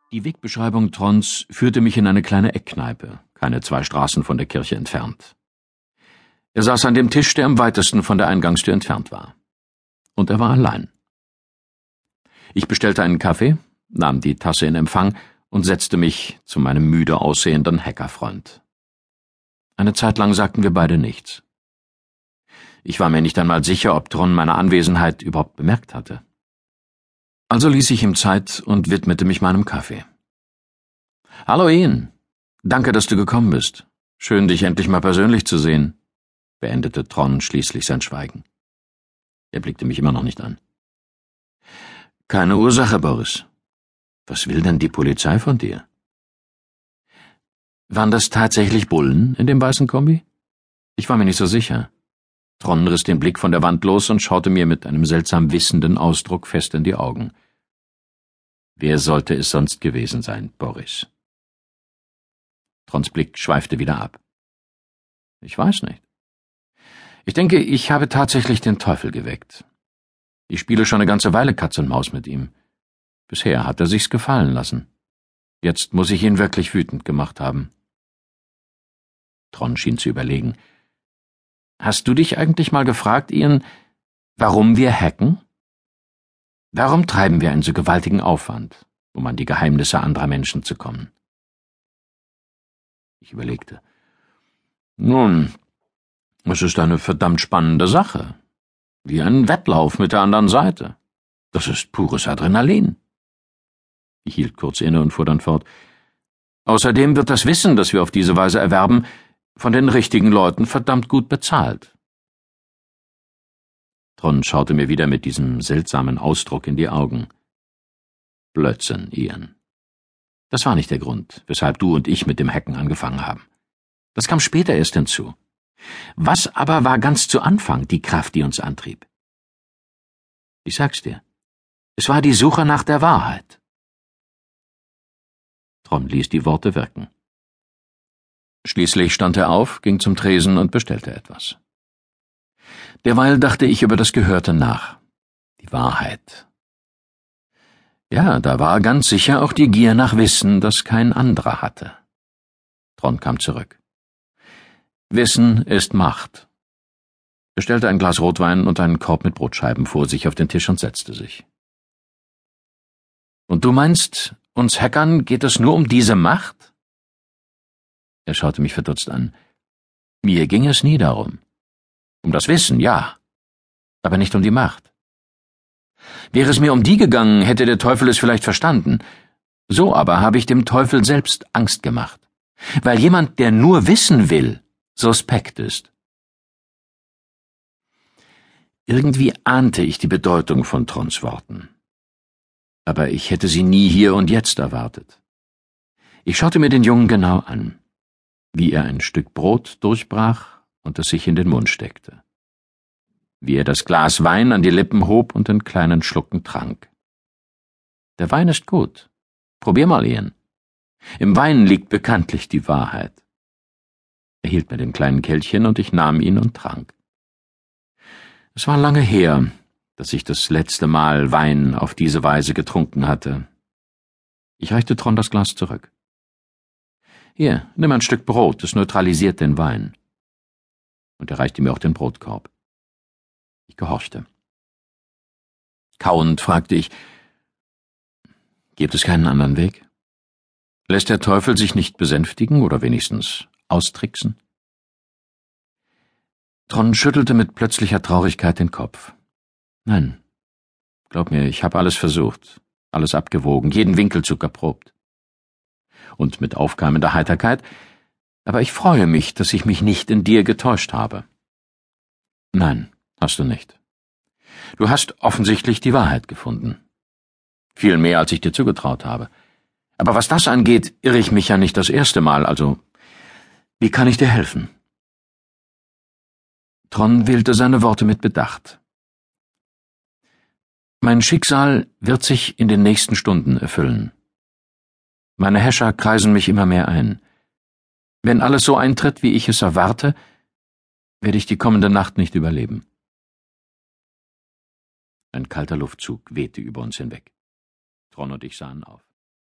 Die Wegbeschreibung Trons führte mich in eine kleine Eckkneipe, keine 2 Straßen von der Kirche entfernt. Er saß an dem Tisch, der am weitesten von der Eingangstür entfernt war. Und er war allein. Ich bestellte einen Kaffee, nahm die Tasse in Empfang und setzte mich zu meinem müde aussehenden Hackerfreund. Eine Zeit lang sagten wir beide nichts. Ich war mir nicht einmal sicher, ob Tron meine Anwesenheit überhaupt bemerkt hatte. Also ließ ich ihm Zeit und widmete mich meinem Kaffee. »Hallo Ian, danke, dass du gekommen bist. Schön, dich endlich mal persönlich zu sehen«, beendete Tron schließlich sein Schweigen. Er blickte mich immer noch nicht an. »Keine Ursache, Boris. Was will denn die Polizei von dir?« »Waren das tatsächlich Bullen in dem weißen Kombi?« Ich war mir nicht so sicher. Tron riss den Blick von der Wand los und schaute mir mit einem seltsam wissenden Ausdruck fest in die Augen. »Wer sollte es sonst gewesen sein, Boris?« Trons Blick schweifte wieder ab. »Ich weiß nicht. Ich denke, ich habe tatsächlich den Teufel geweckt. Ich spiele schon eine ganze Weile Katz und Maus mit ihm. Bisher hat er sich's gefallen lassen. Jetzt muss ich ihn wirklich wütend gemacht haben.« Tron schien zu überlegen. »Hast du dich eigentlich mal gefragt, Ian, warum wir hacken? Warum treiben wir einen so gewaltigen Aufwand, um an die Geheimnisse anderer Menschen zu kommen?« Ich überlegte. »Nun, es ist eine verdammt spannende Sache. Wie ein Wettlauf mit der anderen Seite. Das ist pures Adrenalin.« Ich hielt kurz inne und fuhr dann fort. »Außerdem wird das Wissen, das wir auf diese Weise erwerben, von den richtigen Leuten verdammt gut bezahlt.« Tron schaute mir wieder mit diesem seltsamen Ausdruck in die Augen. »Blödsinn, Ian. Das war nicht der Grund, weshalb du und ich mit dem Hacken angefangen haben. Das kam später erst hinzu. Was aber war ganz zu Anfang die Kraft, die uns antrieb? Ich sag's dir, es war die Suche nach der Wahrheit.« Tron ließ die Worte wirken. Schließlich stand er auf, ging zum Tresen und bestellte etwas. Derweil dachte ich über das Gehörte nach. Die Wahrheit. Ja, da war ganz sicher auch die Gier nach Wissen, das kein anderer hatte. Tron kam zurück. »Wissen ist Macht«, bestellte ein Glas Rotwein und einen Korb mit Brotscheiben vor sich auf den Tisch und setzte sich. »Und du meinst, uns Hackern geht es nur um diese Macht?« Er schaute mich verdutzt an. »Mir ging es nie darum. Um das Wissen, ja, aber nicht um die Macht. Wäre es mir um die gegangen, hätte der Teufel es vielleicht verstanden. So aber habe ich dem Teufel selbst Angst gemacht, weil jemand, der nur wissen will, suspekt ist.« Irgendwie ahnte ich die Bedeutung von Trons Worten. Aber ich hätte sie nie hier und jetzt erwartet. Ich schaute mir den Jungen genau an, wie er ein Stück Brot durchbrach und es sich in den Mund steckte. Wie er das Glas Wein an die Lippen hob und in kleinen Schlucken trank. »Der Wein ist gut. Probier mal, Ian. Im Wein liegt bekanntlich die Wahrheit.« Er hielt mir den kleinen Kelchchen und ich nahm ihn und trank. Es war lange her, dass ich das letzte Mal Wein auf diese Weise getrunken hatte. Ich reichte Tron das Glas zurück. »Hier, nimm ein Stück Brot, es neutralisiert den Wein.« Und er reichte mir auch den Brotkorb. Ich gehorchte. Kauend fragte ich, »Gibt es keinen anderen Weg? Lässt der Teufel sich nicht besänftigen oder wenigstens austricksen?« Tron schüttelte mit plötzlicher Traurigkeit den Kopf. »Nein, glaub mir, ich habe alles versucht, alles abgewogen, jeden Winkelzug erprobt.« Und mit aufkeimender Heiterkeit, »Aber ich freue mich, dass ich mich nicht in dir getäuscht habe.« »Nein, hast du nicht. Du hast offensichtlich die Wahrheit gefunden. Viel mehr, als ich dir zugetraut habe. Aber was das angeht, irre ich mich ja nicht das erste Mal, also wie kann ich dir helfen?« Tron wählte seine Worte mit Bedacht. »Mein Schicksal wird sich in den nächsten Stunden erfüllen. Meine Häscher kreisen mich immer mehr ein. Wenn alles so eintritt, wie ich es erwarte, werde ich die kommende Nacht nicht überleben.« Ein kalter Luftzug wehte über uns hinweg. Tron und ich sahen auf.